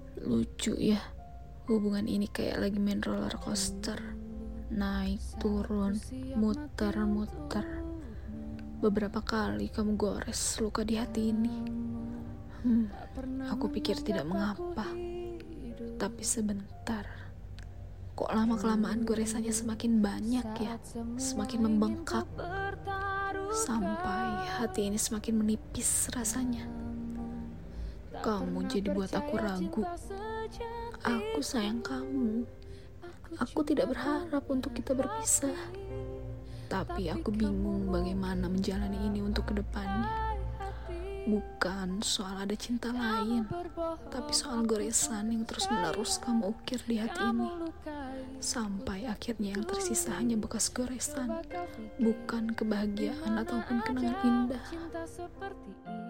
Lucu ya, hubungan ini kayak lagi main roller coaster. Naik, turun, muter-muter. Beberapa kali kamu gores luka di hati ini. Aku pikir tidak mengapa. Tapi sebentar. Kok lama-kelamaan goresannya semakin banyak ya? Semakin membengkak. Sampai hati ini semakin menipis rasanya. Kamu jadi buat aku ragu. Aku sayang kamu. Aku tidak berharap untuk kita berpisah. Tapi aku bingung bagaimana menjalani ini untuk kedepannya. Bukan soal ada cinta lain, tapi soal goresan yang terus-menerus kamu ukir di hati ini. Sampai akhirnya yang tersisa hanya bekas goresan, bukan kebahagiaan ataupun kenangan indah.